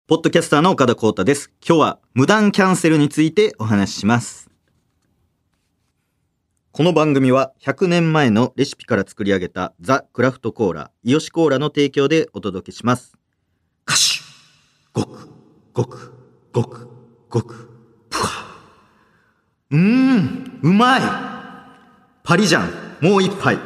ポッドキャスターの岡田光太です。今日は無断キャンセルについてお話しします。この番組は100年前のレシピから作り上げたザ・クラフトコーラ、イヨシコーラの提供でお届けします。カシュごくごくごくごくぷわうまいパリジャンもう一杯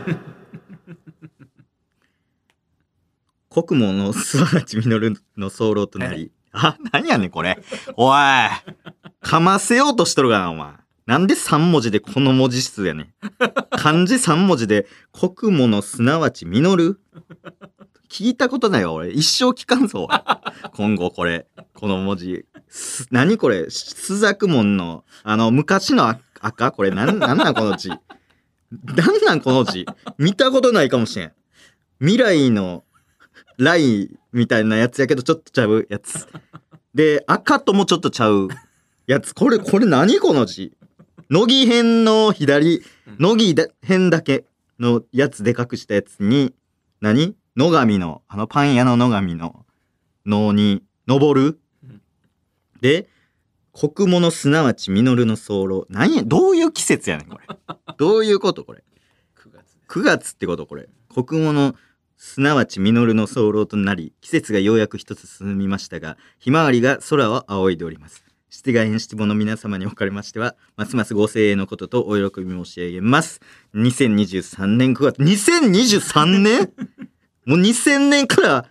国母の諏訪町実の候となり、何やねんこれ。おい、かませようとしとるがな、お前。なんで3文字でこの文字数やねん。漢字3文字で国母のすなわち実る。聞いたことないわ、俺。一生聞かんぞ。今後これ、この文字。何これ、朱雀門の、昔の赤これ、なんなんこの字。なんなんこの字。見たことないかもしれん。未来の、ラインみたいなやつやけどちょっとちゃうやつで、赤ともちょっとちゃうやつ。これ何この字。乃木編の左、乃木編だけのやつでかくしたやつに、野上のパン屋の野上の能に登るで、国母のすなわち実の候。どういう季節やねんこれ。どういうことこれ。9月ってことこれ。国母のすなわち実の候となり、季節がようやく一つ進みましたが、ひまわりが空を仰いでおります。七外編七母の皆様におかれましては、ますますご声援のこととお喜び申し上げます。2023年9月、2023年もう2000年から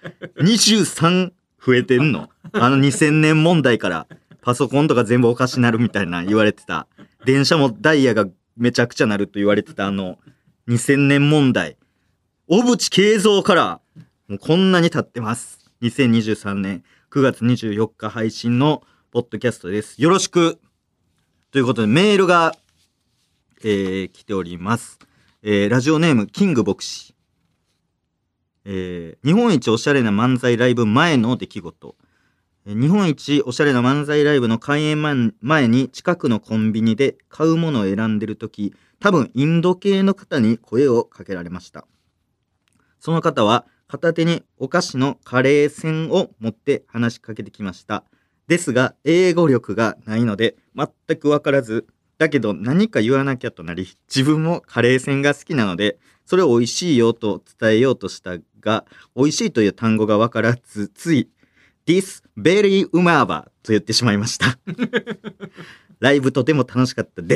23増えてんの2000年問題からパソコンとか全部おかしなるみたいな言われてた。電車もダイヤがめちゃくちゃなると言われてた2000年問題。小渕恵三からもうこんなに経ってます。2023年9月24日配信のポッドキャストです。よろしくということでメールが、来ております。ラジオネームキング牧師。日本一おしゃれな漫才ライブ前の出来事。日本一おしゃれな漫才ライブの開演前に近くのコンビニで買うものを選んでるとき、多分インド系の方に声をかけられました。その方は片手にお菓子のカレー線を持って話しかけてきました。ですが英語力がないので全く分からず、だけど何か言わなきゃとなり、自分もカレー線が好きなのでそれを美味しいよと伝えようとしたが、美味しいという単語が分からず、つい This very umaba と言ってしまいましたライブとても楽しかったです。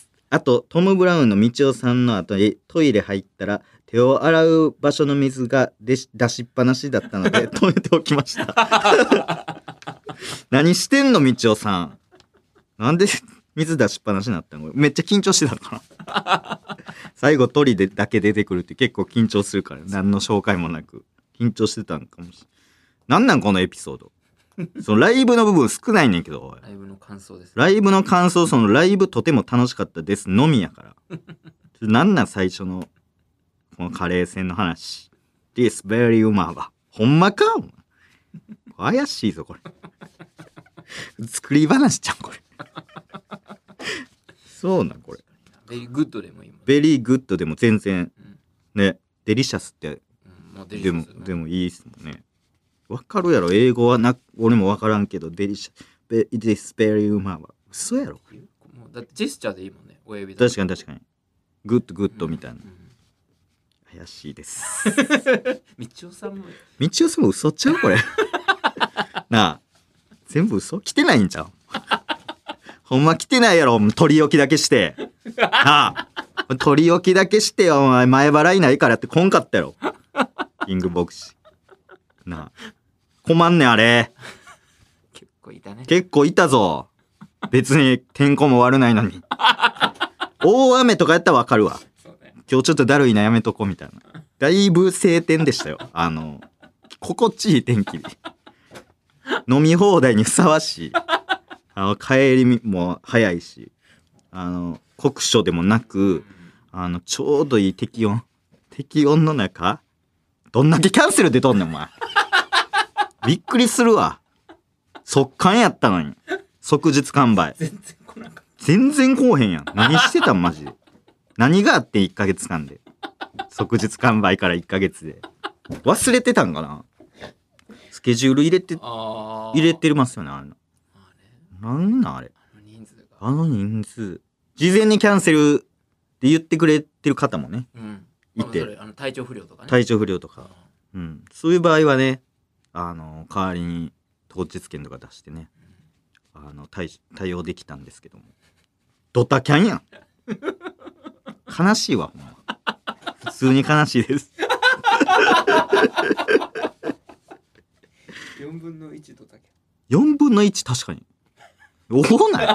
あとトム・ブラウンの道夫さんの後にトイレ入ったら手を洗う場所の水が出しっぱなしだったので止めておきました何してんの道夫さん。なんで水出しっぱなしになったの。めっちゃ緊張してたから最後鳥でだけ出てくるって結構緊張するから、何の紹介もなく緊張してたんかもしれない。なんなんこのエピソードそのライブの部分少ないねんけど、 ライブの感想です、ね、 ライブの感想、そのライブとても楽しかったですのみやからなんなん最初のこのカレー線の話。 This very umaba ほんまか怪しいぞこれ作り話じゃんこれそうなんこれ。 ベリーグッドでもいいもん。 ベリーグッドでも全然、ね。デリシャスって、 まあデリシャスね、 でもいいっすもんね。わかるやろ英語は俺もわからんけど、デリシャス This very umaba 嘘やろ。 もうだってジェスチャーでいいもんね。親指確かにグッドみたいな、怪しいです道夫さんも嘘ちゃうこれなあ全部嘘来てないんちゃうほんま来てないやろ。取り置きだけしてなあ取り置きだけしてよ。お前前払いないからってこんかったやろキングボクシなあ困んねんあれ結構いたね。 結構いたぞ。別に天候も悪ないのに大雨とかやったらわかるわ、ね、今日ちょっとだるいなやめとこみたいな。だいぶ晴天でしたよ。心地いい天気で飲み放題にふさわしい帰りも早いし、酷暑でもなく、ちょうどいい適温の中、どんだけキャンセル出とんねんお前びっくりするわ。速乾やったのに即日完売。全然来おへんやん。何してたんマジで。何があって1ヶ月間で即日完売から1ヶ月で忘れてたんかな。 スケジュール入れてますよね、あれ。 まあね、 なんなんあれ。 あの人数。事前にキャンセルって言ってくれてる方もね、いて。 体調不良とかね。 体調不良とか。そういう場合はね、代わりに当日券とか出してね、対応できたんですけども。ドタキャンやん。悲しいわ、ほんま。普通に悲しいです。 4分の1ドタキャン。4分の1確かに。多ない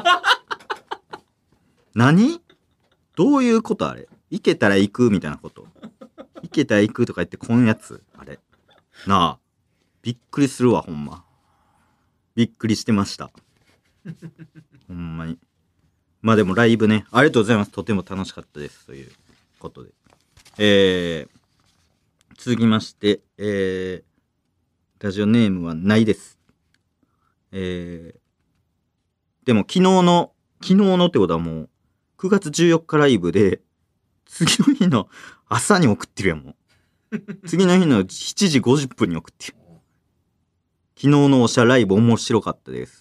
何どういうことあれ。行けたら行くみたいなこと。行けたら行くとか言ってこんやつあれ。なあ。びっくりするわ、ほんま。びっくりしてました。ほんまに。まあでもライブね、ありがとうございます。とても楽しかったです。ということで。続きまして、ラジオネームはないです。でも昨日のってことはもう、9月14日ライブで、次の日の朝に送ってるやん、もう。次の日の7時50分に送ってる。昨日のおしゃライブ面白かったです。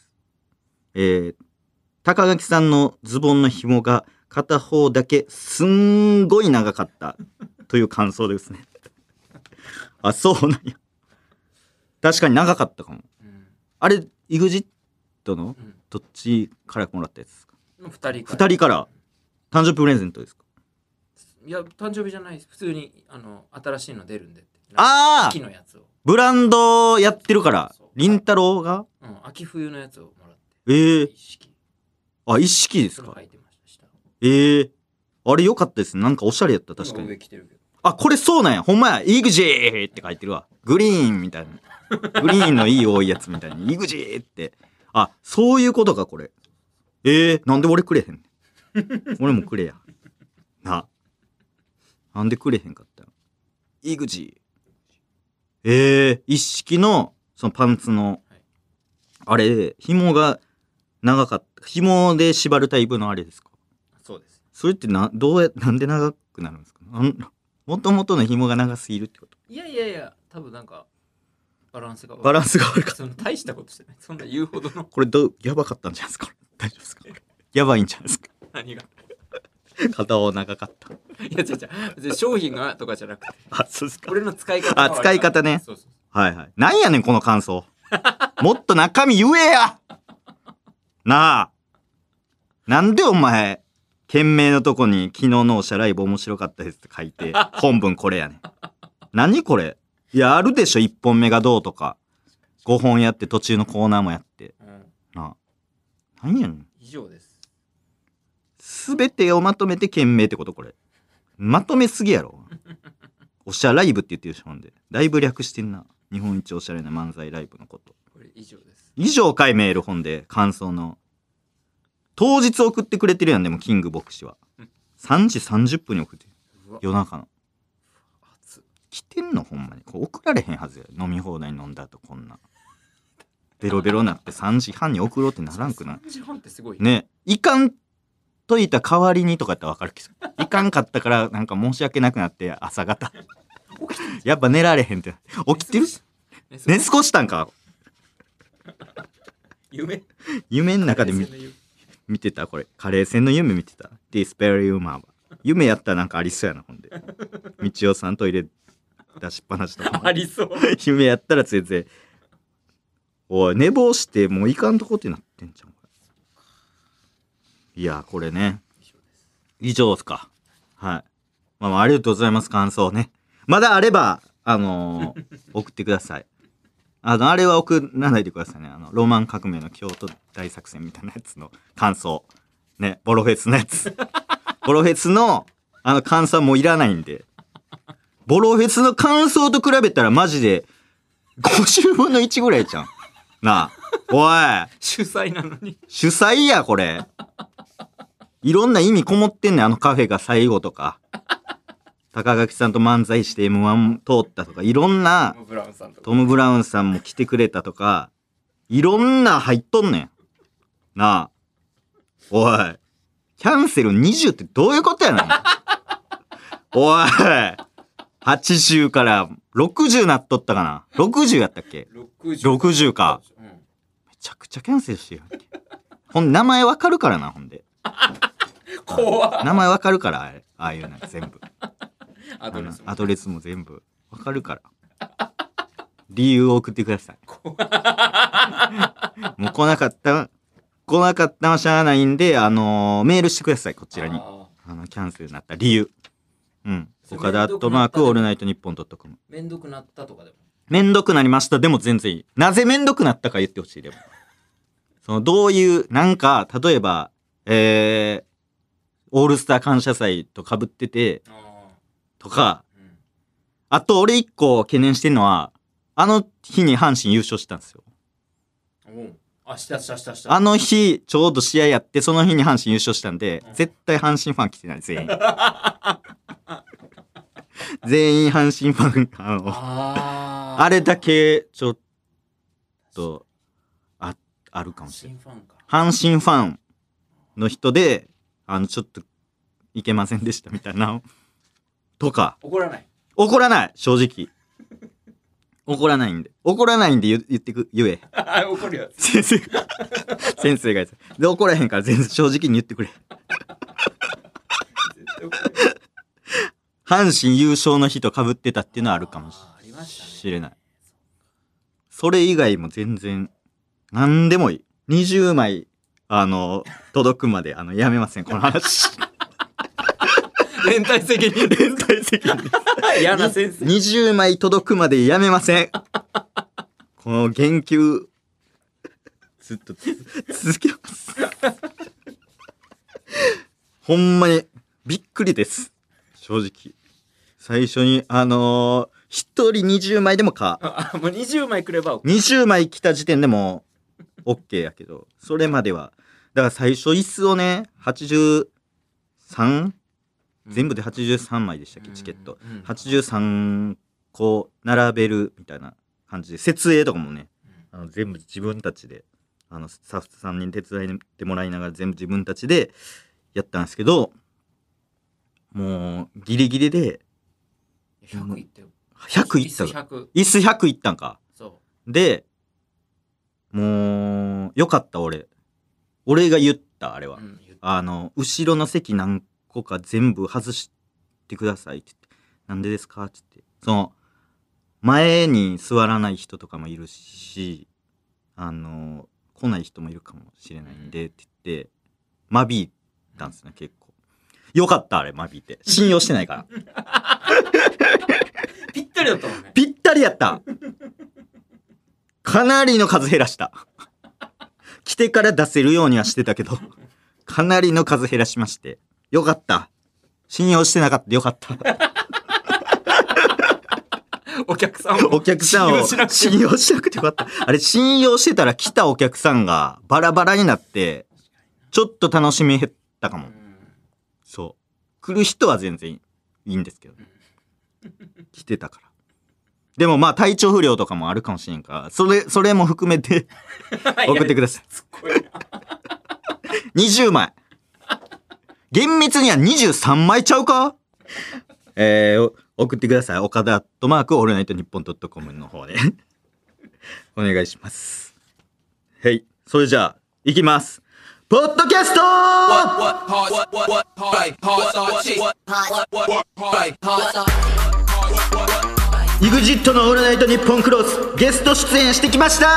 高垣さんのズボンの紐が片方だけすんごい長かったという感想ですね。あ、そうなんや。確かに長かったかも。あれ、EXIT のどっちからもらったやつですか？2人から誕生日プレゼントですか？ いや、誕生日じゃないです。普通に新しいの出るんでって。 ああ、 秋のやつをブランドやってるから凛太郎が、 秋冬のやつをもらって。 一式。あ、一式ですか？ 書いてました。 あれ良かったですね。なんかおしゃれやった。確かに。 上着てるけど。あ、 これそうなんや。ほんまや。EXIT って書いてるわ。グリーンみたいな。グリーンのいい多いやつみたいに EXIT って。あ、そういうことかこれ。なんで俺くれへん俺もくれや。なんでくれへんかったの？ EXIT。一式のそのパンツの、あれ、紐が長かった。紐で縛るタイプのあれですか？ そうです。 それってなんで長くなるんですか？もともとの紐が長すぎるってこと？ いや、多分なんかバランスが悪かった。 その大したことしてない。そんな言うほどの。 これやばかったんじゃないですか？大丈夫ですか？やばいんじゃないですか？ 何が？ 片方長かった。 いや違う商品がとかじゃなくて。 あ、そうですか。 俺の使い方。 あ、使い方ね。 そう。 はいはい。なんやねんこの感想。もっと中身言えや。なあ。なんでお前件名のとこに昨日のおしゃライブ面白かったですって書いて本文これやねん。何これ？いやあるでしょ。1本目がどうとか5本やって途中のコーナーもやって、なあ。何やねん。 以上です。 すべてをまとめて件名ってこと？これまとめすぎやろ。おしゃライブって言ってるでしょ。ほんでだいぶ略してんな。日本一おしゃれな漫才ライブのこと。 これ以上です。 以上かい。メール本で感想の当日送ってくれてるやん。でもキング牧師は3時30分に送ってる。夜中の来てんの？ほんまにこれ送られへんはずや。飲み放題飲んだ後こんなベロベロなって3時半に送ろうってならんくない ？3時半ってすごいね。いかんといた代わりにとかやったら分かるけど、いかんかったからなんか申し訳なくなって朝方やっぱ寝られへんって起きてる。寝過ごしたんか。夢の中で見てた。これカレー船の夢見てた。ディスペリウマーは夢やったらなんかありそうやな。ほんで道夫さんトイレ出しっぱなしとかありそう。 夢やったら全然。おい寝坊してもういかんとこってなってんじゃん。いやこれね。以上ですか。はい。まあ、ありがとうございます。感想ね。まだあれば送ってください。あれは送らないでくださいね。ローマン革命の京都大作戦みたいなやつの感想ね。ボロフェスのやつボロフェスの感想はもういらないんで。ボロフェスの感想と比べたらマジで50分の1ぐらいじゃんなあ。おい主催なのに。 主催やこれ。いろんな意味こもってんねん。カフェが最後とか高垣さんと漫才して M1 通ったとか、いろんなトム・ブラウンさんも来てくれたとか、いろんな入っとんねんなあ。おいキャンセル20ってどういうことやねんおい80から 60なっとったかな。60やったっけ。60か。めちゃくちゃキャンセルしてるやんけ。ほんで名前わかるからな、ほんで。 怖っ。 名前わかるから、ああいうの全部。 アドレスも全部わかるから。理由を送ってください。もう来なかったのはしゃあないんで、メールしてください、こちらに。キャンセルになった理由。うん。岡田@オールナイトニッポン.com。 めんどくなったとかでも。 めんどくなりました。でも全然いい。なぜめんどくなったか言ってほしい。でも。その、どういう、なんか、例えば、オールスター感謝祭と被ってて、とか、あと俺一個懸念してんのは、あの日に阪神優勝したんですよ。した。あの日、ちょうど試合やって、その日に阪神優勝したんで、絶対阪神ファン来てない、全員。全員阪神ファン、あれだけ、ちょっと、あるかもしれない。阪神ファンの人で、ちょっと、いけませんでしたみたいな。とか。怒らない、正直。怒らないんで言え。 怒るよ。 先生が言って。で、怒らへんから全然正直に言ってくれ。阪神優勝の日と被ってたっていうのはあるかもしれない。それ以外も全然、何でもいい。20枚、届くまで、やめません、この話。 連帯責任。嫌な先生。 20枚届くまでやめません。この言及、ずっと続けます。ほんまに、びっくりです。正直。最初に、1人20枚でもか。 もう20枚くれば OK。20枚来た時点でも OK やけど、それまでは。だから最初椅子をね、83？全部で83枚でしたっけ、チケット。83個並べるみたいな感じで、設営とかもね、全部自分たちで、スタッフさんに手伝ってもらいながら全部自分たちでやったんですけど、もう、ギリギリで、 100いったよ。 100いった。椅子100いったんか。で、もう、よかった、俺が言った、あれは。後ろの席何個か全部外してくださいって言って、なんでですかって言って、その、前に座らない人とかもいるし、来ない人もいるかもしれないんで、って言って、間引いたんですね、結構。よかった、あれ、間引いて。信用してないから。 ぴったりだったもんね。 ぴったりやった。かなりの数減らした。来てから出せるようにはしてたけど、かなりの数減らしまして。よかった。信用してなかったよかった。 お客さんを信用しなくてよかった。あれ、信用してたら来たお客さんがバラバラになって、ちょっと楽しみ減ったかも。そう。来る人は全然いいんですけど、ね。来てたから。でもまあ体調不良とかもあるかもしれんから、それも含めて送ってください。20枚。厳密には23枚ちゃうか？送ってください。岡田@オールナイトニッポン.comの方でお願いします。はい、それじゃあ行きます。ポッドキャスト！EXIT のオールナイトニッポンクロスゲスト出演してきました。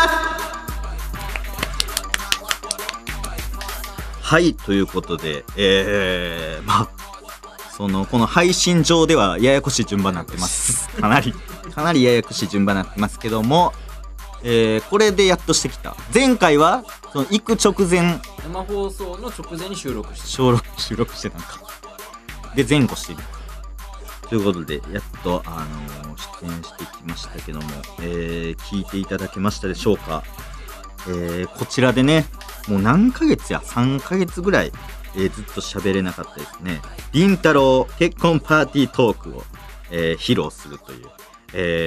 はい、ということで、まあこの配信上ではややこしい順番になってます。かなりややこしい順番になってますけども、これでやっとしてきた。前回はその行く直前、 生放送の直前に収録してたんか。で前後してる。ということでやっと出演してきましたけども、聞いていただけましたでしょうか。こちらでね、もう何ヶ月や3ヶ月ぐらい、ずっと喋れなかったですね。りんたろー結婚パーティートークを、披露するという、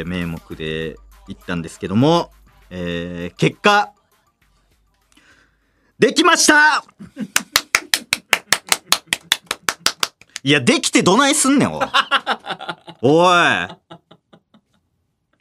名目で行ったんですけども、結果できましたいや、できてどないすんねん、おい。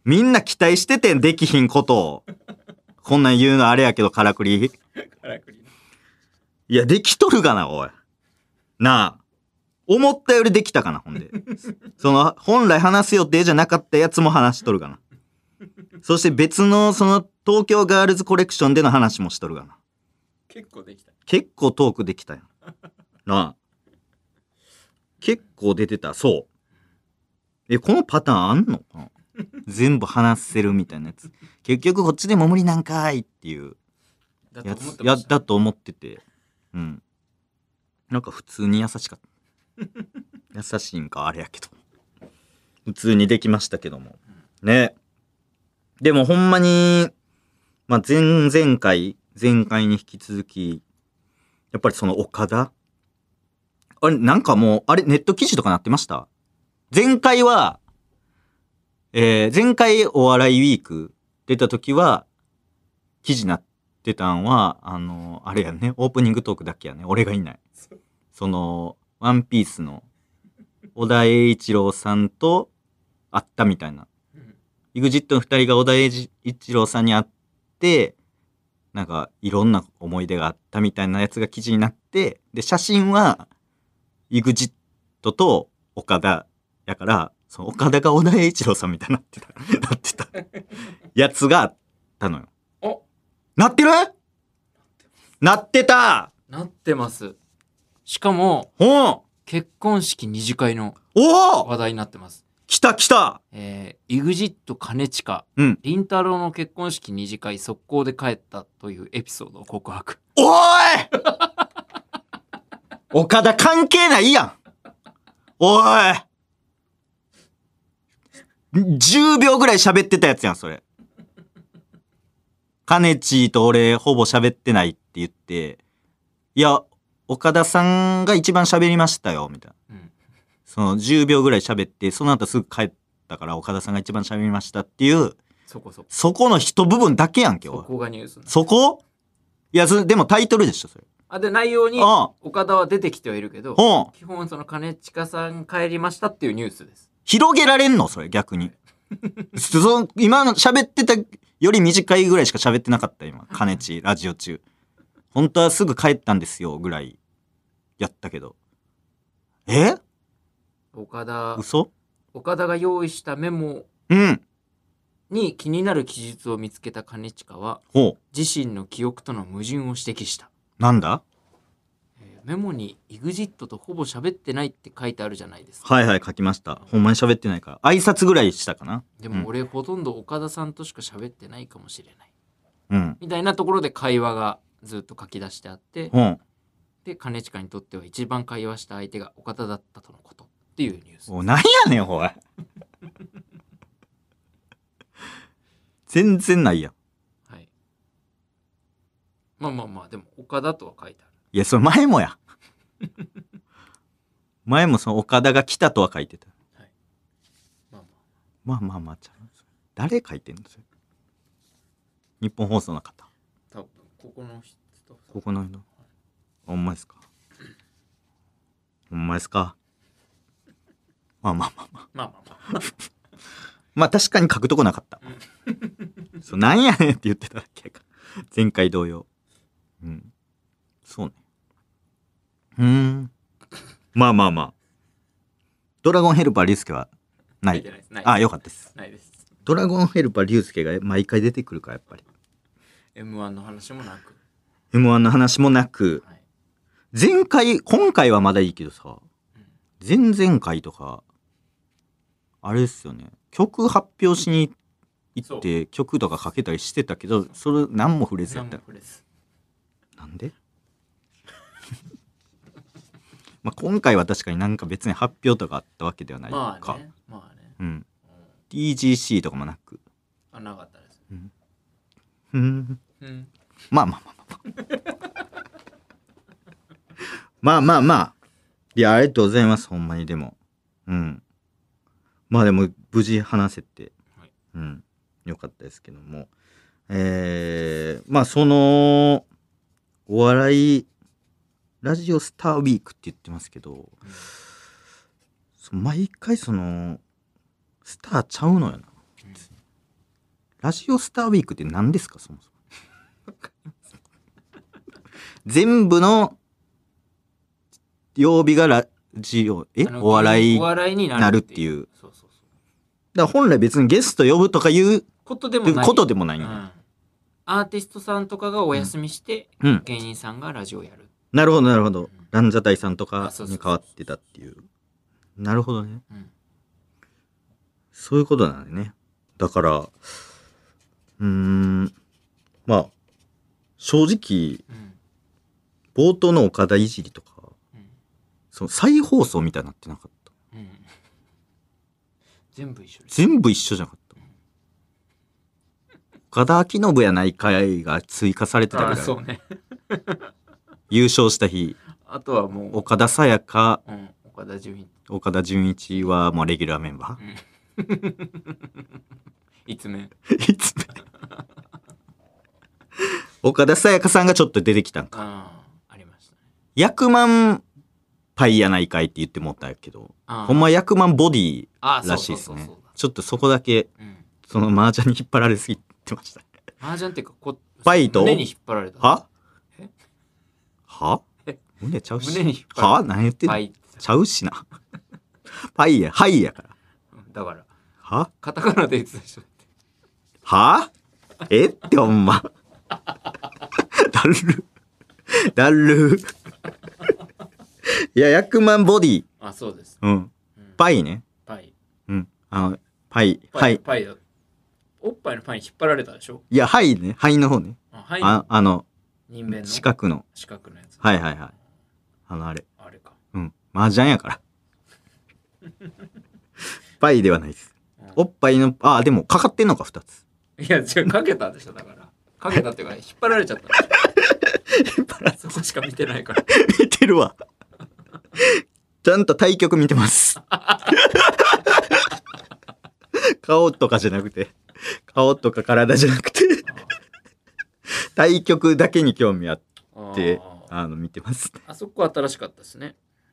みんな期待しててん、できひんことを。こんなん言うのあれやけど、からくり。 からくり。 いや、できとるがな、おい。なあ。思ったよりできたかな、ほんで。その、本来話す予定じゃなかったやつも話しとるがな。そして別の、その、東京ガールズコレクションでの話もしとるがな。 結構できた。 結構トークできたよ。なあ。結構出てた、そう。このパターンあんのかな。全部話せるみたいなやつ。結局こっちでも無理なんかいっていうやつ、だと思ってて。うん。なんか普通に優しかった。優しいんかあれやけど。普通にできましたけども。ね。でもほんまに、まあ、前回に引き続き、やっぱりその岡田あれ、なんかもう、あれ、ネット記事とかなってました？前回は、前回お笑いウィーク出た時は、記事なってたんは、あれやね、オープニングトークだけやね、俺がいない。その、ワンピースの、小田栄一郎さんと会ったみたいな。EXIT の2人が小田栄一郎さんに会って、なんか、いろんな思い出があったみたいなやつが記事になって、で、写真は、EXIT と岡田やから、その岡田が小田栄一郎さんみたいになってたやつがあったのよ。 お、 なってる？なってた！ なってます。しかも、結婚式二次会の話題になってます。 来た来た。 EXIT 兼近、りんたろーの結婚式二次会速攻で帰ったというエピソードを告白。 おい岡田関係ないやん。おい10秒ぐらい喋ってたやつやん、それ。かねちと俺ほぼ喋ってないって言って、いや、岡田さんが一番喋りましたよ、みたいな。その10秒ぐらい喋って、その後すぐ帰ったから岡田さんが一番喋りましたっていう、そこの一部分だけやんけ、 そこがニュース。 そこ？いや、でもタイトルでしょ、それ。 で、内容に岡田は出てきてはいるけど、基本その兼近さん帰りましたっていうニュースです。 広げられんのそれ、逆に。今の喋ってたより短いぐらいしか喋ってなかった、今。兼近、ラジオ中。本当はすぐ帰ったんですよ、ぐらいやったけど。嘘？ 岡田が用意したメモに気になる記述を見つけた兼近は、自身の記憶との矛盾を指摘した。 なんだ？ メモに EXIT とほぼ喋ってないって書いてあるじゃないですか。 はいはい、書きました。ほんまに喋ってないから。挨拶ぐらいしたかな。 でも俺、ほとんど岡田さんとしか喋ってないかもしれない。みたいなところで会話がずっと書き出してあって、で、兼近にとっては一番会話した相手が岡田だったとのことっていうニュース。 なんやねん、おい。全然ないやん。 はい。まあ、でも岡田とは書いてある。 いや、それ前もや。前もその岡田が来たとは書いてた。はい。まあ、誰書いてんのそれ。日本放送の方。 多分、ここの人。 ここの人。ほんまですか。ほんまですか。まあ。まあ確かに書くとこなかった。なんやねんって言ってただけか。前回同様。そうね。まあ。ドラゴンヘルパーリュウスケはない。あ、よかったです。 ないです。 ドラゴンヘルパーリュウスケが毎回出てくるからやっぱり。 M1 の話もなく。 M1 の話もなく。今回はまだいいけどさ、前々回とか、あれですよね。曲発表しに行って曲とかかけたりしてたけど、それ何も触れずやった。なんで？まあ今回は確かになんか別に発表とかあったわけではないか。 まあね。 TGC とかもなく。 なかったです。 まあ。まあ。いや、ありがとうございます。ほんまにでも。まあでも無事話せて、よかったですけども。まあその、お笑い、ラジオスターウィークって言ってますけど、毎回その、スターちゃうのよな。 ラジオスターウィークって何ですかそもそも。全部の曜日がラジオお笑いになるっていう。そうそうそう。だから本来別にゲスト呼ぶとかいうことでもないんだ。 アーティストさんとかがお休みして、芸人さんがラジオやる。 なるほどなるほど。ランジャタイさんとかに変わってたっていう。なるほどね。そういうことなんだね。だからまあ正直、冒頭の岡田いじりとか、その再放送みたいになってなかった。 全部一緒。 全部一緒じゃなかった。岡田彰信やないかいが追加されてたぐらい。 そうね。 優勝した日。 あとはもう岡田沙也加、 岡田准一はもうレギュラーメンバー。いつめ岡田沙也加さんがちょっと出てきたんか。 ありましたね。 役満パイやないかいって言ってもったけど、ほんま役満ボディらしいですね。ちょっとそこだけ、その麻雀に引っ張られすぎてました。 麻雀っていうかパイと胸に引っ張られた。 は胸ちゃうし。 胸に引っ張られた。 何言ってんのちゃうしな。パイや、はいやから。 だから。カタカカナで言ってた人って。 ってほんま。だる。いや、役満ボディ。 そうです。 パイね。 パイ。 パイ。 パイだ。おっぱいのパイに引っ張られたでしょ。 いや、はいね。はいの方ね。 人面の四角のやつ。 はい。あれか。 麻雀やから。パイではないです。おっぱいの、でもかかってんのか、2つ。 いや、違う、かけたでしょ、だから。かけたっていうか、引っ張られちゃったでしょ。引っ張られそこしか見てないから。 見てるわ。ちゃんと対局見てます。顔とかじゃなくて、顔とか体じゃなくて、対局だけに興味あって、見てます。 あそこ新しかったですね。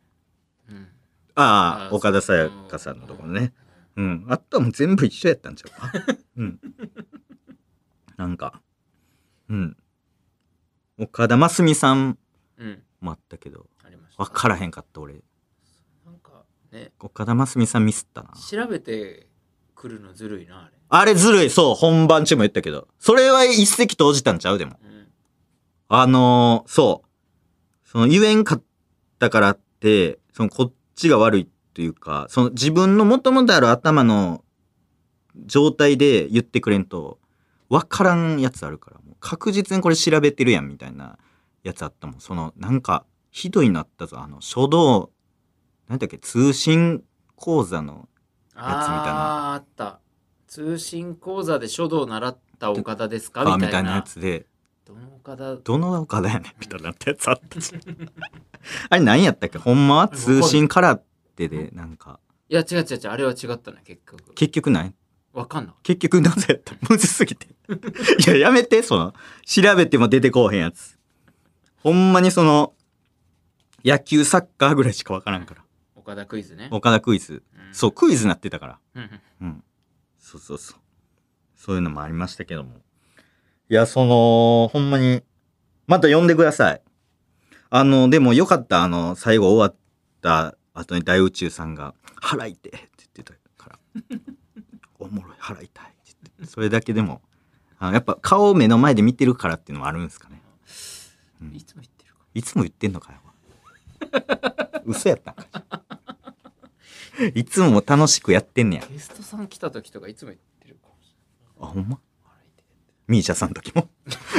岡田沙也加さんのところね。あとはもう全部一緒やったんちゃうか。なんか、岡田真澄さんもあったけど、分からへんかった俺。 なんかね、 岡田真澄さんミスったな。 調べてくるのずるいな、 あれずるい。そう、本番中も言ったけど、それは一石投じたんちゃうでも。そう。その言えんかったからって、そのこっちが悪いというか、その自分の元々ある頭の状態で言ってくれんと、分からんやつあるから、もう確実にこれ調べてるやんみたいなやつあったもん。その、なんか、ひどいなったぞ。書道、なんだっけ、通信講座のやつみたいな。 あった。通信講座で書道を習った岡田ですかみたいなやつで。 どの岡田やねんみたいなやつあったあれ何やったっけ、ほんまは通信空手でなんか。 いや違うあれは違ったね結局何わかんない。 結局なぜやったむずすぎていややめて、その調べても出てこうへんやつ。ほんまにその野球サッカーぐらいしかわからんから。 岡田クイズね。 岡田クイズ、そうクイズなってたから。そうそういうのもありましたけども、いや、ほんまに、また呼んでください。でもよかった、最後終わった後に大宇宙さんが、払いてって言ってたから、おもろい、払いたいって言って、それだけでも、やっぱ顔を目の前で見てるからっていうのもあるんですかね。 いつも言ってるか。 いつも言ってんのかよ。嘘やったんか。いつも楽しくやってんねや。 ゲストさん来た時とかいつも言ってるかもしれない。 ほんま？ミーシャさんの時も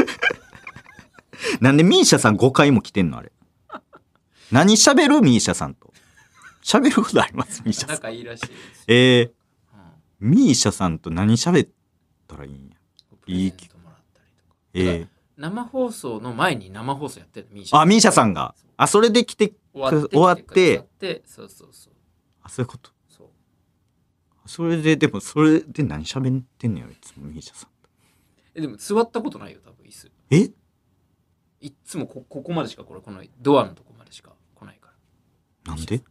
なんでミーシャさん5回も来てんのあれ。何喋るミーシャさんと。喋ることありますミーシャさん。 仲いいらしいです。 ミーシャさんと何喋ったらいいんや。いいプレゼントもらったりとか。生放送の前に生放送やってるミーシャ。 ミーシャさんが。それで来て終わって。 そう。 そういうこと。それで何喋ってんのよいつもミーシャさん。 でも座ったことないよ多分椅子。いっつもここまでしかこのドアのとこまでしか来ないから。なんで？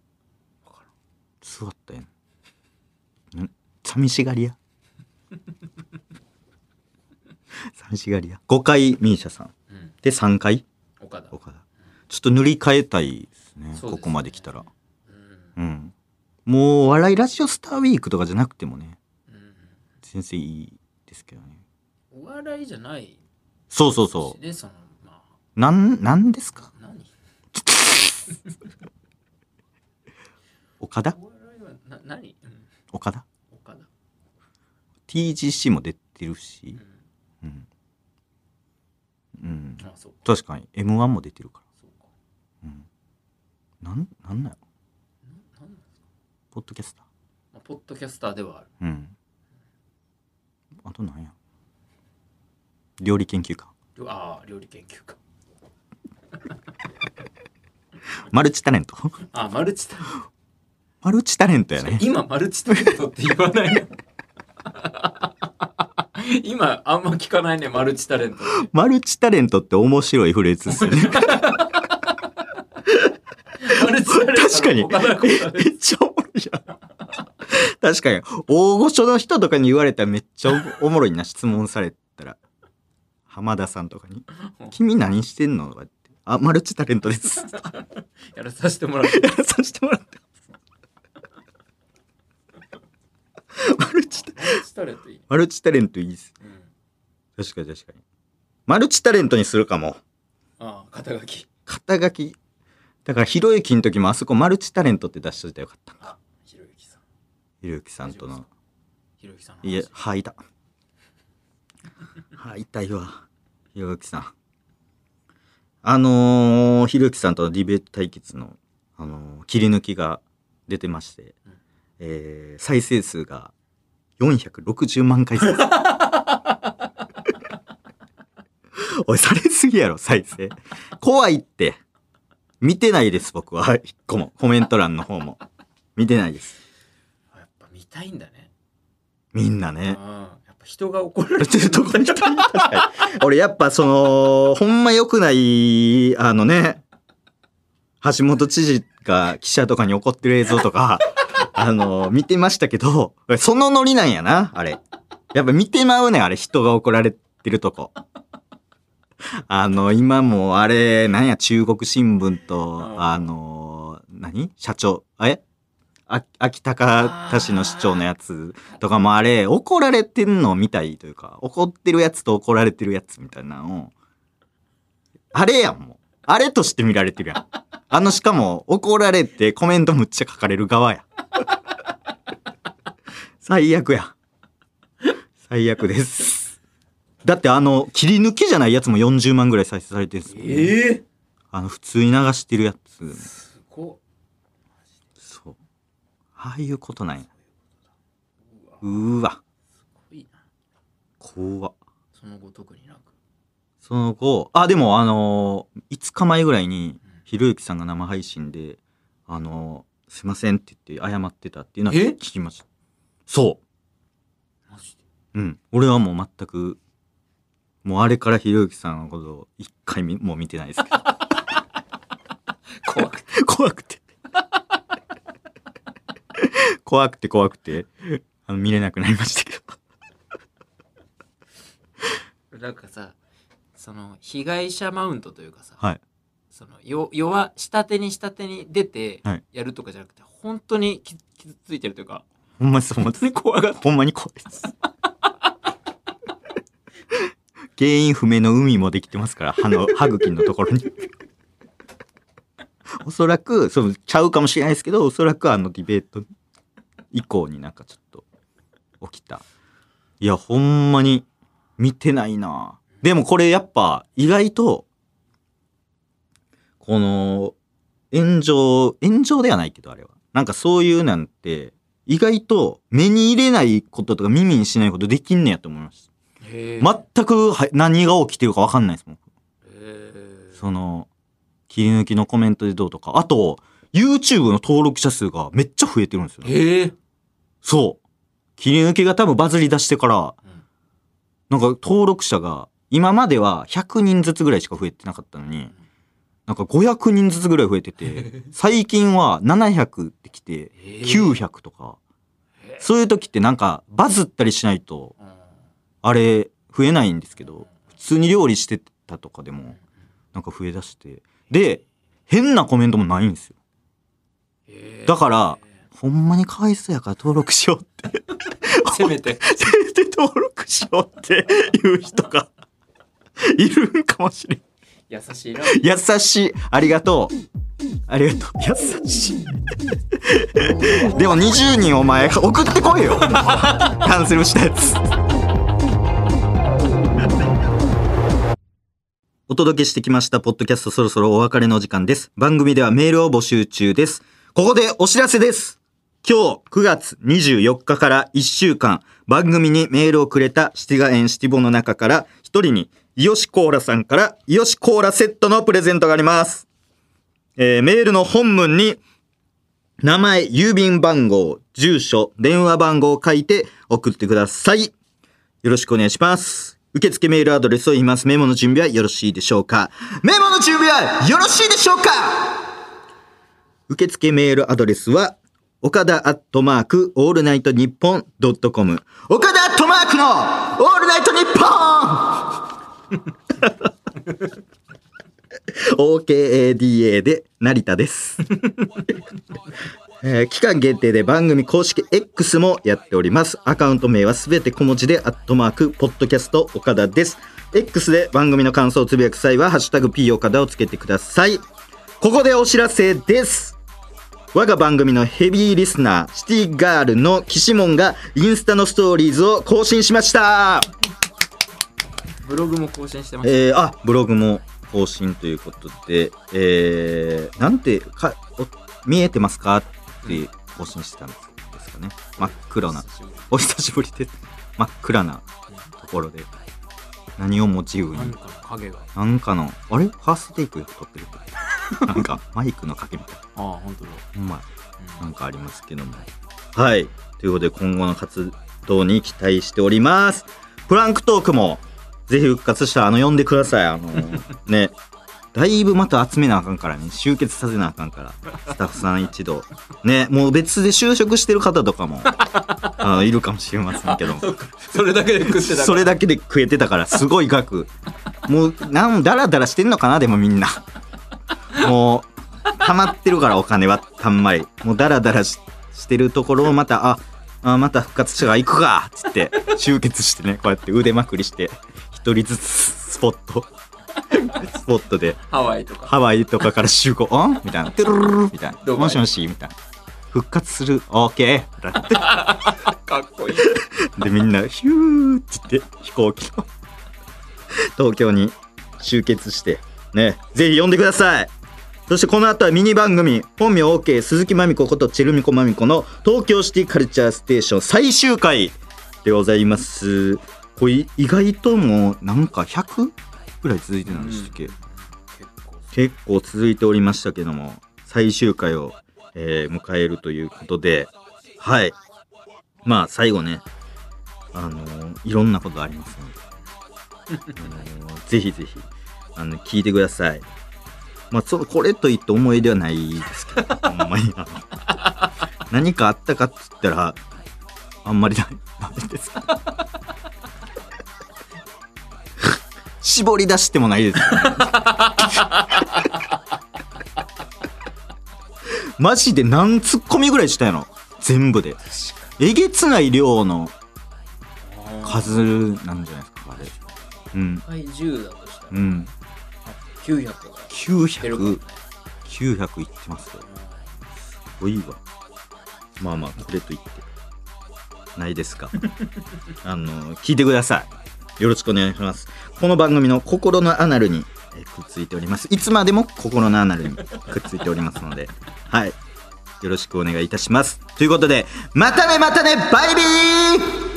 座ったやん。寂しがりや。 寂しがり屋。5回ミーシャさん。で、3回岡田。 ちょっと塗り替えたいですね。ここまで来たら。もう、笑いラジオスターウィークとかじゃなくてもね。全然いいですけどね。 お笑いじゃない。 そう。なんですか？ 何岡田？ 何？ 岡田 TGC も出てるし、確かに M1 も出てるから。なんなんやろ。ポッドキャスター。 ポッドキャスターではある。 あとなんや。料理研究家。 料理研究家。 マルチタレント。 マルチタレント。 マルチタレントやね。 今マルチタレントって言わないね。今あんま聞かないね、マルチタレント。 マルチタレントって面白いフレーズですよね。 マルチタレント。 確かに。めっちゃおもろいやん。確かに。大御所の人とかに言われたらめっちゃおもろいな、質問されたら。浜田さんとかに。君何してんのとかって。マルチタレントです。 やらさせてもらって。 マルチタレントいい。マルチタレントいいです。確かに。マルチタレントにするかも。 肩書き。 だからひろゆきの時もあそこマルチタレントって出しといたらよかったんか。 ひろゆきさんとの。 ひろゆきさん。 いや、吐いた。痛いわ。ひろゆきさん。ひろゆきさんとのディベート対決の、切り抜きが出てまして、再生数が460万回再生。おい、されすぎやろ、再生。怖いって。見てないです、僕は。一個も。コメント欄の方も。見てないです。 やっぱ見たいんだね。 みんなね。 やっぱ人が怒られてるとこに俺やっぱほんま良くない橋本知事が記者とかに怒ってる映像とか見てましたけど、そのノリなんやな、あれ。やっぱ見てまうねん、あれ、人が怒られてるとこ。今もあれ、中国新聞と社長秋高田市の市長のやつとかもあれ怒られてんのみたいというか、怒ってるやつと怒られてるやつみたいなのをあれやん、もうあれとして見られてるやん。しかも怒られてコメントむっちゃ書かれる側や。最悪や。最悪です。だって切り抜きじゃないやつも40万ぐらい再生されてるんですもん。普通に流してるやつ。 すごっ。 そう。ああいうことなんや。うわ。 すごいな。 怖っ。 その後特になく。 その後、でも5日前ぐらいにひろゆきさんが生配信で、すいませんって言って謝ってたっていうのは聞きました。そう。 マジで？ うん。俺はもう全く、もうあれからひろゆきさんのことを一回も見てないですけど。怖くて。怖くて、見れなくなりましたけど。なんかさ、被害者マウントというかさ、 はい。 弱下手に出てやるとかじゃなくて、はい、本当に傷ついてるというか、 ほんまにそう、 本当に怖がって、 ほんまに怖いです。原因不明の海もできてますから、歯茎のところに。おそらくちゃうかもしれないですけど、おそらくディベート以降になんかちょっと起きた。いや、ほんまに見てないな。でもこれやっぱ意外とこの炎上ではないけど、あれはなんかそういうなんて意外と目に入れないこととか耳にしないことできんねやと思いました。全く何が起きてるか分かんないですもん。切り抜きのコメントでどうとか、あと YouTube の登録者数がめっちゃ増えてるんですよ。そう。切り抜きが多分バズり出してから、なんか登録者が今までは100人ずつぐらいしか増えてなかったのに、なんか500人ずつぐらい増えてて、最近は700ってきて900とか、そういう時ってなんかバズったりしないと、あれ増えないんですけど、普通に料理してたとかでもなんか増えだして、で変なコメントもないんですよ。だからほんまにかわいそうやから登録しようってせめて登録しようっていう人がいるんかもしれん。 優しいな。 優しい。ありがとう。ありがとう。優しい。でも20人お前送ってこいよ。キャンセルしたやつ。お届けしてきましたポッドキャスト、そろそろお別れの時間です。番組ではメールを募集中です。ここでお知らせです。今日9月24日から1週間番組にメールをくれたシティガエンシティボの中から1人にイヨシコーラさんからイヨシコーラセットのプレゼントがあります。メールの本文に名前、郵便番号、住所、電話番号を書いて送ってください。よろしくお願いします。受付メールアドレスを言います。メモの準備はよろしいでしょうか。メモの準備はよろしいでしょうか。受付メールアドレスは岡田@オールナイトニッポン.com、 岡田@のオールナイトニッポンOKADA で成田です、期間限定で番組公式 X もやっております。アカウント名はすべて小文字でポッドキャスト岡田です。 X で番組の感想をつぶやく際はハッシュタグ P 岡田をつけてください。ここでお知らせです。我が番組のヘビーリスナーシティガールのキシモンがインスタのストーリーズを更新しました。 ブログも更新してました、 ブログも更新ということで、なんて見えてますかって更新してたんですかね。真っ黒な、お久しぶりです。真っ暗なところで何をモチーフになんかの影が、 なんかのあれファーストテイク撮ってるなんかマイクの影みたいな、 ああ本当だ、 ほんまなんかありますけども、はい、ということで今後の活動に期待しております。プランクトークもぜひ復活したら呼んでください。ね、だいぶまた集めなあかんからね、集結させなあかんから、スタッフさん一度ね、もう別で就職してる方とかもいるかもしれませんけどもそれだけで食ってたから、 それだけで食えてたからすごい額もうダラダラしてんのかな。でもみんなもう溜まってるから、お金はたんまりもうダラダラしてるところをまたまた復活したから行くかっつって集結してね、こうやって腕まくりして一人ずつスポットでハワイとかから集合みたいな、トゥルルルみたいな、もしもしみたいな、復活する OK かっこいいでみんなヒューって言って飛行機の東京に集結してね、ぜひ呼んでください。そしてこの後はミニ番組本名 OK 鈴木まみこことチェルミコまみこの東京シティカルチャーステーション最終回でございます。これ意外ともうなんか100ぐらい続いてたんでしたっけ、結構続いておりましたけども、最終回を、迎えるということで、はい、まあ最後ね、いろんなことありますのでぜひぜひ聞いてください。まあこれといって思い出はないですけどほんまに何かあったかって言ったらあんまりないです絞り出してもないですマジで何ツッコミぐらいしたやろ全部で。えげつない量の数なんじゃないですかあれ。うん。 10だとしたら、 うん、 900 いってますよ。すごいわ。まあまあこれといってないですか聞いてください。よろしくお願いします。この番組の心のアナルにくっついております。いつまでも心のアナルにくっついておりますのではい、よろしくお願いいたします。ということでまたねバイビー。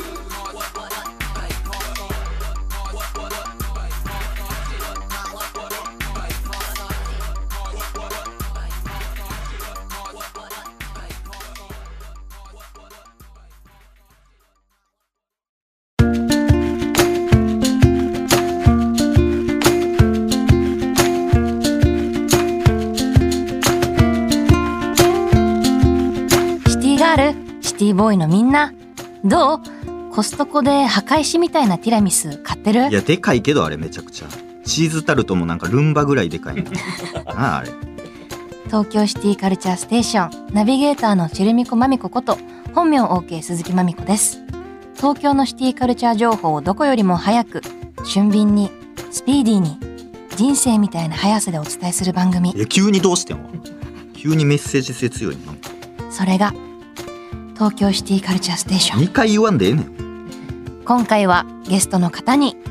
シティボーイのみんなどう？ コストコで墓石みたいなティラミス買ってる？ いやでかいけどあれめちゃくちゃチーズタルトもなんかルンバぐらいでかいのあれ東京シティカルチャーステーションナビゲーターのチェルミコマミコこと本名 OK 鈴木まみこです。東京のシティカルチャー情報をどこよりも早く俊敏にスピーディーに人生みたいな速さでお伝えする番組。 いや急にどうしてんの急にメッセージ性強いな。 それが東京シティカルチャーステーション。 2回言わんでええねん。 今回はゲストの方に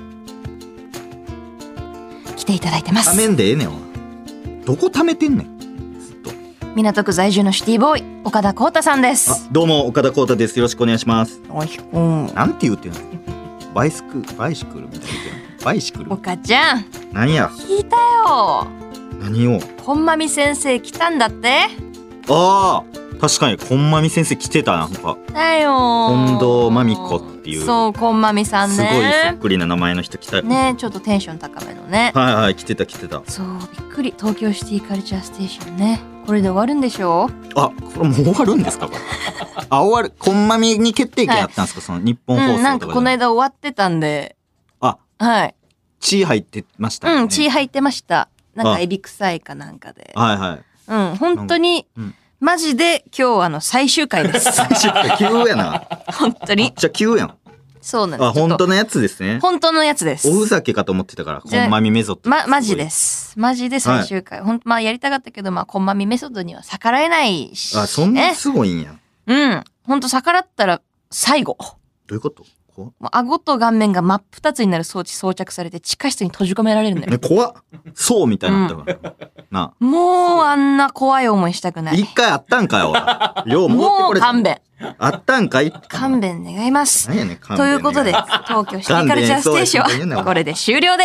来ていただいてます。 ためんでええねんわ。どこためてんねんずっと。 港区在住のシティボーイ岡田浩太さんです。 どうも岡田浩太です。よろしくお願いします。 おいしくなんて言ってんのバイシクルみたいな言ってんのバイシクル岡ちゃんなんや聞いたよ。 何を本間美先生来たんだって。 ああ確かにこんまみ先生来てたなんかだよ近藤真美子っていうそうこんまみさんねすごいそっくりな名前の人来たよね。ちょっとテンション高めのね。 はいはい来てたそうびっくり。東京シティカルチャーステーションねこれで終わるんでしょう。 あこれもう終わるんですかこれあ終わるこんまみに決定権あったんですか、その日本放送とかで、 なんかこの間終わってたんではい血入ってましたね。 血入ってました。なんかエビ臭いかなんかではいはい本当に、マジで今日最終回です最終回急やな本当にじゃあ急やん。 そうなんです。 本当のやつですね。 本当のやつです。 おふざけかと思ってたからこんまみメソッドマジです。マジで最終回、まあやりたかったけどこんまみメソッドには逆らえないし、 そんなすごいんや。 本当逆らったら最後。 どういうこと？ 顎と顔面が真っ二つになる装置装着されて地下室に閉じ込められるんだよ。 怖っ。そうみたいになったからな。 もうあんな怖い思いしたくない。 一回あったんかよ。よう戻ってこれた。 もう勘弁。 あったんかい。 勘弁願います。 何やねんということで東京シティカルチャーステーションはこれで終了です。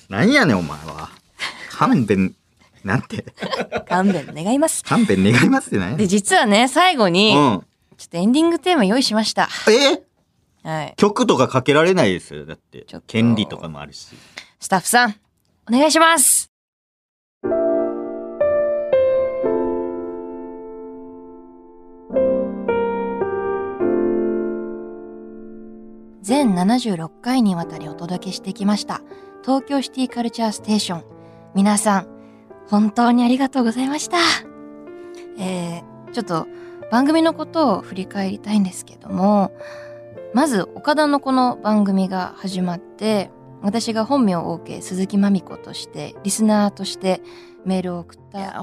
何やねんお前は。勘弁なんて。 勘弁願います。 勘弁願いますって何やねん。 で実はね最後にちょっとエンディングテーマ用意しました。はい、 曲とかかけられないですよ。だって権利とかもあるし。 スタッフさんお願いします。全76回にわたりお届けしてきました東京シティカルチャーステーション。皆さん本当にありがとうございました。ちょっと番組のことを振り返りたいんですけども、まず岡田のこの番組が始まって私が本名 OK 鈴木まみことしてリスナーとしてメールを送った。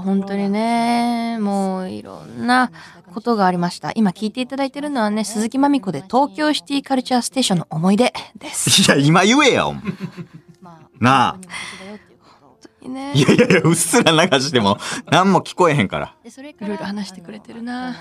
本当にねもういろんなことがありました。今聞いていただいてるのはね鈴木まみこで東京シティカルチャーステーションの思い出です。 いや今言えやお前なあいやいやいやうっすら流しても何も聞こえへんから。 いろいろ話してくれてるな。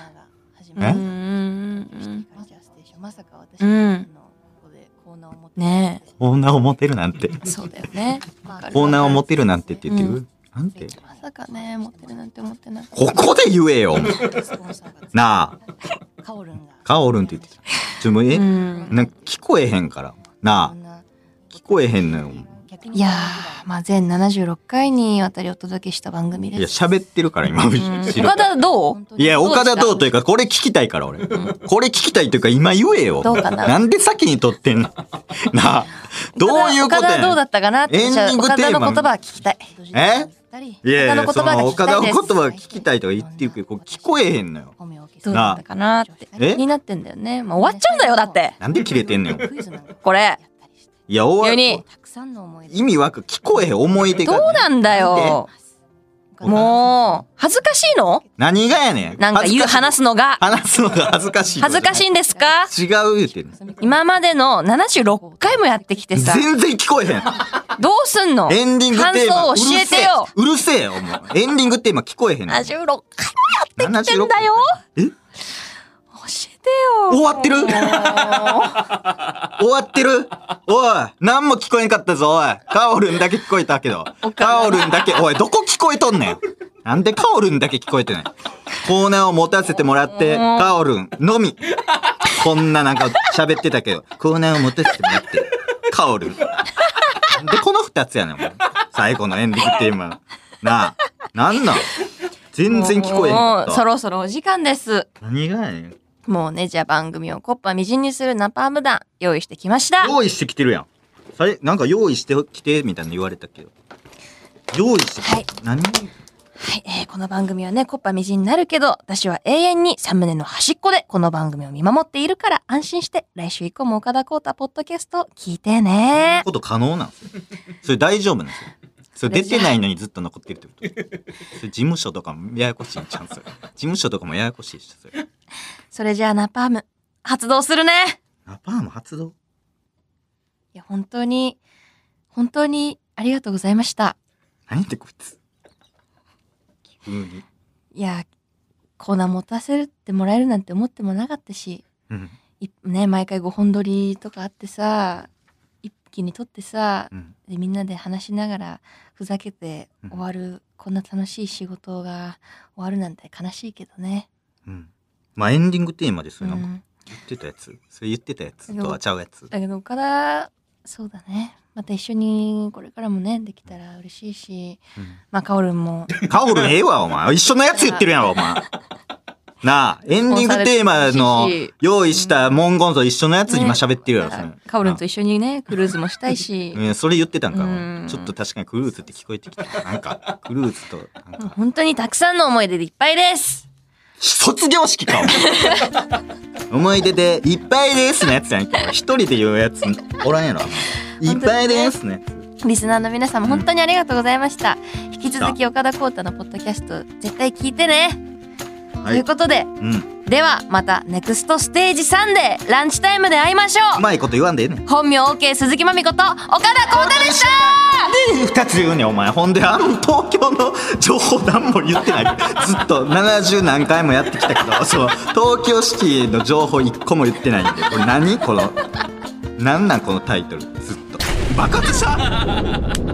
まさか私のここでコーナーを持ってねえコーナーを持てるなんてそうだよねコーナーを持てるなんてって言ってる、なんてまさかね持ってるなんて思ってない。 ここで言えよなあカオルンって言ってたなんか聞こえへんからなあ聞こえへんのよ。 いやー全76回にわたりお届けした番組です。 いや喋ってるから今岡田どう？ いや岡田どうというかこれ聞きたいから俺、これ聞きたいというか今言えよ。 どうかな。 なんで先に撮ってんのなあどういうことやねん。 岡田どうだったかなって。 エンディングテーマ岡田の言葉は聞きたい。 いやいやその岡田の言葉聞きたいとか言ってるけどこれ聞こえへんのよ。 どうだったかなって気になってんだよね。もう終わっちゃうんだよだって。 なんで切れてんのよこれ。 いや終わる意味わか聞こえへん思い出が。 どうなんだよもう恥ずかしいの？ 何がやねん。 なんか話すのが恥ずかしい。 恥ずかしいんですか？ 違う言うてる。 今までの76回もやってきてさ全然聞こえへん。 どうすんの？ エンディングテーマ感想教えてよ。 うるせえよもうエンディングテーマ聞こえへんの。 76回もやってきてんだよ。教えてよ。 終わってる終わってる。おい何も聞こえんかったぞ。おいカオルンだけ聞こえたけどカオルンだけおいどこ聞こえとんねん。なんでカオルンだけ聞こえてない。コーナーを持たせてもらってカオルンのみこんななんか喋ってたけどコーナーを持たせてもらってカオルンなんでこの2つやねんもう最後のエンディングテーマなあなんなん全然聞こえへんかった。 そろそろお時間です。 何がやねん。 もうね、じゃあ番組をコッパみじんにするナパーム弾用意してきました。 用意してきてるやん。それなんか用意してきてみたいな言われたけど。用意してきて、 はい、 何？ はい、この番組はね、コッパみじんになるけど、私は永遠にサムネの端っこでこの番組を見守っているから安心して、来週以降も岡田浩太ポッドキャスト聞いてね。 そんなこと可能なんですよ。それ大丈夫なんですよ。それ出てないのにずっと残ってるってこと。それ事務所とかもややこしいんちゃうんすよ。事務所とかもややこしいし、それ。 それじゃあナパーム、発動するね。 ナパーム発動？ いや、本当にありがとうございました。 何ってこいつ。急に。 いや、コーナー持たせてもらえるなんて思ってもなかったし、 うん、 ね、毎回5本撮りとかあってさ、一気に撮ってさ、 うん、 でみんなで話しながらふざけて終わる、こんな楽しい仕事が終わるなんて悲しいけどね。 うん。まあエンディングテーマですよ、なんか言ってたやつ。それ言ってたやつとはちゃうやつ。 だけど岡田、そうだね。また一緒にこれからもねできたら嬉しいし、まあカオルンもカオルンええわお前、一緒のやつ言ってるやろお前。なあ、エンディングテーマの用意した文言と一緒のやつ今喋ってるやろ、それ。 カオルンと一緒にねクルーズもしたいし、 それ言ってたんか。ちょっと確かにクルーズって聞こえてきた。なんかクルーズとなんか本当にたくさんの思い出でいっぱいです。 卒業式か思い出でいっぱいですのやつやんけ。一人で言うやつおらんやろ。いっぱいですね。 リスナーの皆さんも本当にありがとうございました。引き続き岡田浩太のポッドキャスト絶対聞いてね。ということで、ではまたネクストステージ3でランチタイムで会いましょう。 うまいこと言わんでええねん。 本名 OK 鈴木まみこと岡田浩太でした。 2つ言うねんお前。ほんで東京の情報何も言ってない。ずっと70何回もやってきたけど、そう東京シティの情報1個も言ってないんで、これ何このなんなんこのタイトル。ずっとバカでした